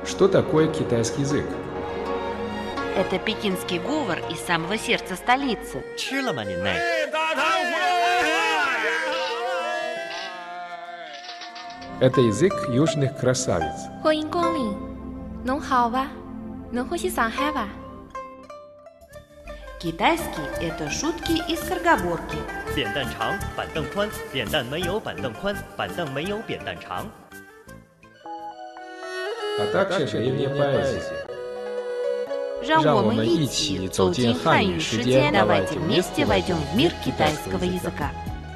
Что такое китайский язык? Это пекинский говор из самого сердца столицы. Это язык южных красавиц. 欢迎光临，侬好哇，侬欢喜上海哇？ Китайский – это шутки и скороговорки. 扁担长，板凳宽，扁担没有板凳宽，板凳没有扁担长。 А также древняя поэзия. 让我们一起走进汉语世界， давайте вместе войдем в мир китайского языка.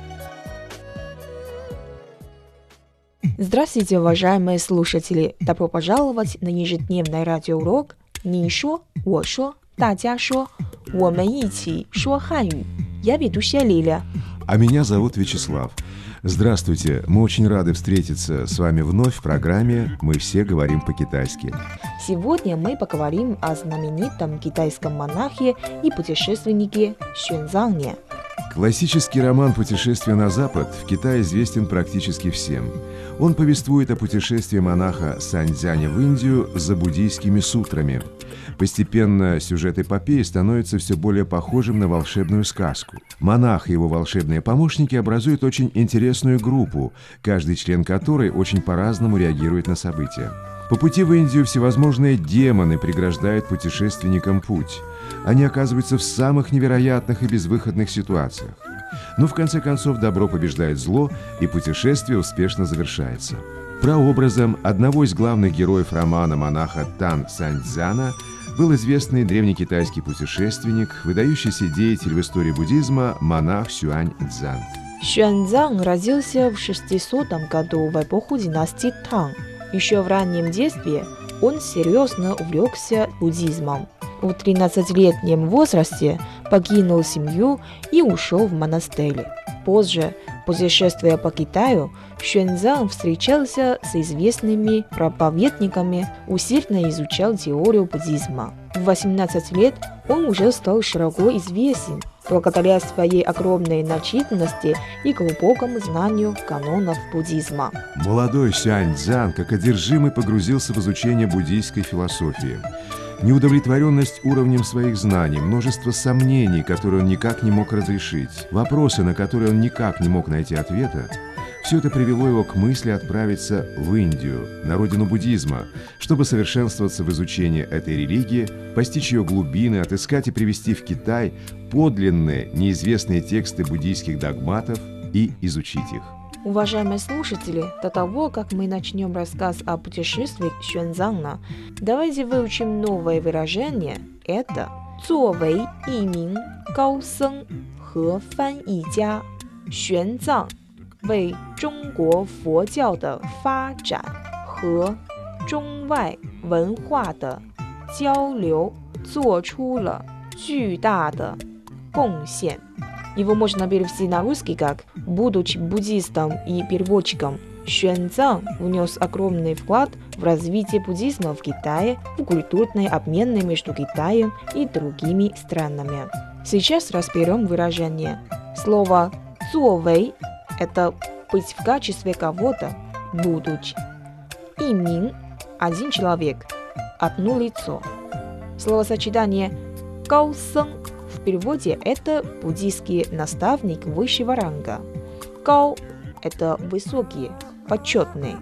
Здравствуйте, уважаемые слушатели! Добро пожаловать на ежедневный радиоурок «你说我说大家说我们一起说汉语». Я ведущая Лиля. А меня зовут Вячеслав. Здравствуйте, мы очень рады встретиться с вами вновь в программе «Мы все говорим по-китайски». Сегодня мы поговорим о знаменитом китайском монахе и путешественнике Xuanzang. Классический роман «Путешествие на Запад» в Китае известен практически всем. Он повествует о путешествии монаха Саньцзяня в Индию за буддийскими сутрами. Постепенно сюжет эпопеи становится все более похожим на волшебную сказку. Монах и его волшебные помощники образуют очень интересную группу, каждый член которой очень по-разному реагирует на события. По пути в Индию всевозможные демоны преграждают путешественникам путь. Они оказываются в самых невероятных и безвыходных ситуациях. Но в конце концов добро побеждает зло, и путешествие успешно завершается. Прообразом одного из главных героев романа монаха Тан Саньцзяна был известный древнекитайский путешественник, выдающийся деятель в истории буддизма монах Сюаньцзян. Xuanzang родился в 600 году в эпоху династии Тан. Еще в раннем детстве он серьезно увлекся буддизмом. В 13-летнем возрасте покинул семью и ушел в монастырь. Позже, путешествуя по Китаю, Xuanzang встречался с известными проповедниками, усердно изучал теорию буддизма. В 18 лет он уже стал широко известен благодаря своей огромной начитанности и глубокому знанию канонов буддизма. Молодой Сюаньцзян, как одержимый, погрузился в изучение буддийской философии. Неудовлетворенность уровнем своих знаний, множество сомнений, которые он никак не мог разрешить, вопросы, на которые он никак не мог найти ответа, все это привело его к мысли отправиться в Индию, на родину буддизма, чтобы совершенствоваться в изучении этой религии, постичь ее глубины, отыскать и привести в Китай подлинные, неизвестные тексты буддийских догматов и изучить их. Уважаемые слушатели, до того, как мы начнем рассказ о путешествии Xuanzang, давайте выучим новое выражение. Это 作为一名高僧和翻译家，玄奘为中国佛教的发展和中外文化的交流做出了巨大的贡献. Его можно перевести на русский как «Будучи буддистом и переводчиком, Xuanzang внес огромный вклад в развитие буддизма в Китае, в культурные обмены между Китаем и другими странами». Сейчас разберем выражение. Слово «作为» – это быть в качестве кого-то, будучи. 一名– один человек, одно лицо. Словосочетание «高僧» в переводе это буддийский наставник высшего ранга. Гао – это высокий, почетный.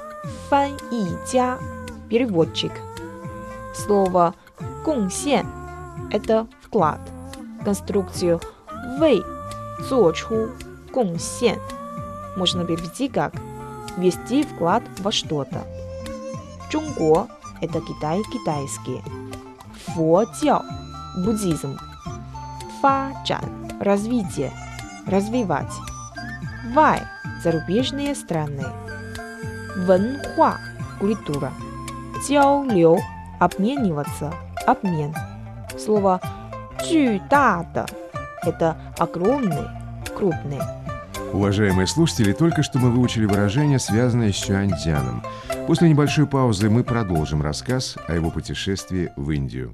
Фан и джа – переводчик. Слово «贡献» – это вклад. Конструкцию «вэй» – 做出贡献 можно перевести как «ввести вклад во что-то». 中国– это Китай, китайский. 佛教– буддизм. 发展– развитие, развивать. 外– зарубежные страны. 文化– культура. 交流– обмениваться, обмен. Слово 巨大的 – это огромный, крупный. Уважаемые слушатели, только что мы выучили выражение, связанное с Сюаньцзяном. После небольшой паузы мы продолжим рассказ о его путешествии в Индию.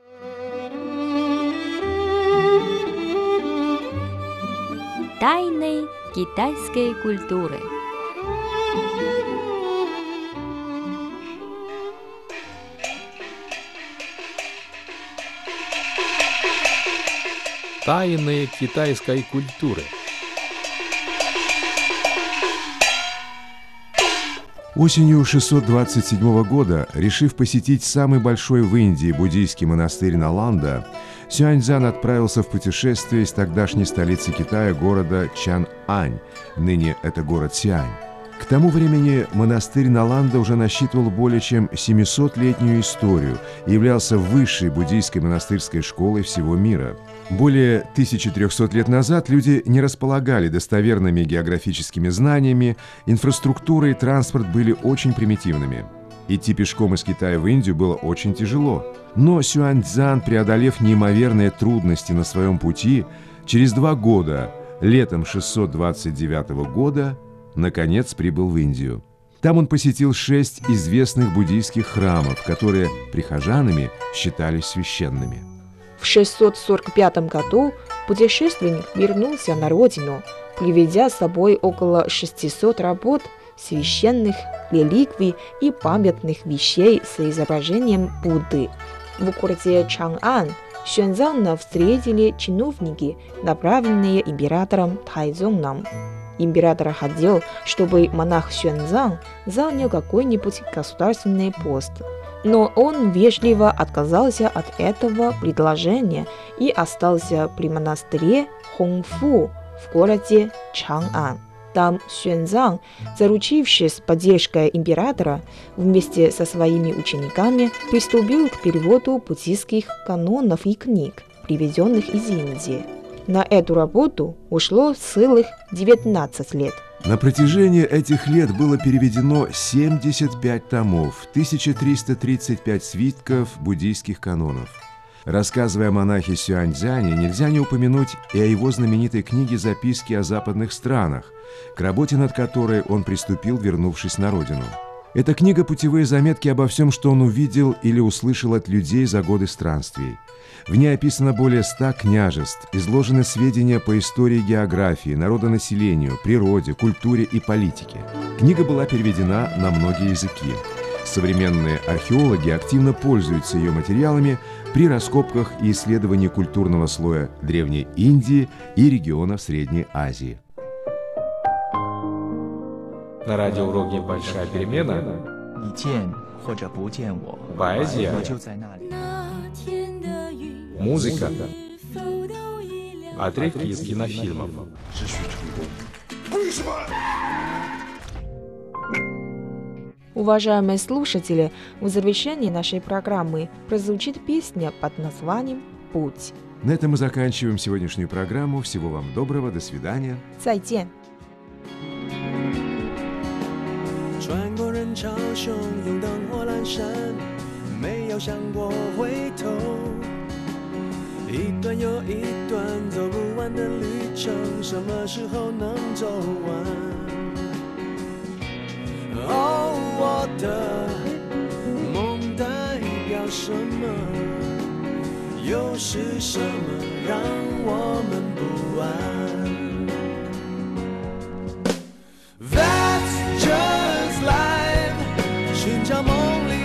Тайны китайской культуры. Тайны китайской культуры. Осенью 627 года, решив посетить самый большой в Индии буддийский монастырь Наланда, Сюаньцзян отправился в путешествие из тогдашней столицы Китая, города Чан'ань, ныне это город Сиань. К тому времени монастырь Наланда уже насчитывал более чем 700-летнюю историю и являлся высшей буддийской монастырской школой всего мира. Более 1300 лет назад люди не располагали достоверными географическими знаниями, инфраструктура и транспорт были очень примитивными. Идти пешком из Китая в Индию было очень тяжело. Но Сюаньцзян, преодолев неимоверные трудности на своем пути, через 2 года, летом 629 года, наконец прибыл в Индию. Там он посетил 6 известных буддийских храмов, которые прихожанами считались священными. В 645 году путешественник вернулся на родину, приведя с собой около 600 работ, священных реликвий и памятных вещей с изображением Будды. В городе Чан'ань Сюаньцзяна встретили чиновники, направленные императором Тайцзуном. Император хотел, чтобы монах Сюаньцзян занял какой-нибудь государственный пост. Но он вежливо отказался от этого предложения и остался при монастыре Хongфу в городе Чан'ань. Там Сюаньцзян, заручившись поддержкой императора, вместе со своими учениками приступил к переводу буддийских канонов и книг, привезенных из Индии. На эту работу ушло целых 19 лет. На протяжении этих лет было переведено 75 томов, 1335 свитков буддийских канонов. Рассказывая о монахе Сюаньцзяне, нельзя не упомянуть и о его знаменитой книге «Записки о западных странах», к работе над которой он приступил, вернувшись на родину. Эта книга – путевые заметки обо всем, что он увидел или услышал от людей за годы странствий. В ней описано более 100 княжеств, изложены сведения по истории и географии, народонаселению, природе, культуре и политике. Книга была переведена на многие языки. Современные археологи активно пользуются ее материалами при раскопках и исследовании культурного слоя Древней Индии и регионов Средней Азии. На радиоуроке «Большая перемена» поэзия, музыка, отрывки из кинофильмов. Уважаемые слушатели, в завершении нашей программы прозвучит песня под названием «Путь». На этом мы заканчиваем сегодняшнюю программу. Всего вам доброго, до свидания. 再见。 穿过人潮汹涌，灯火阑珊，没有想过回头。一段又一段走不完的旅程，什么时候能走完？哦，我的梦代表什么？又是什么让我们不安？That's just life，寻找梦里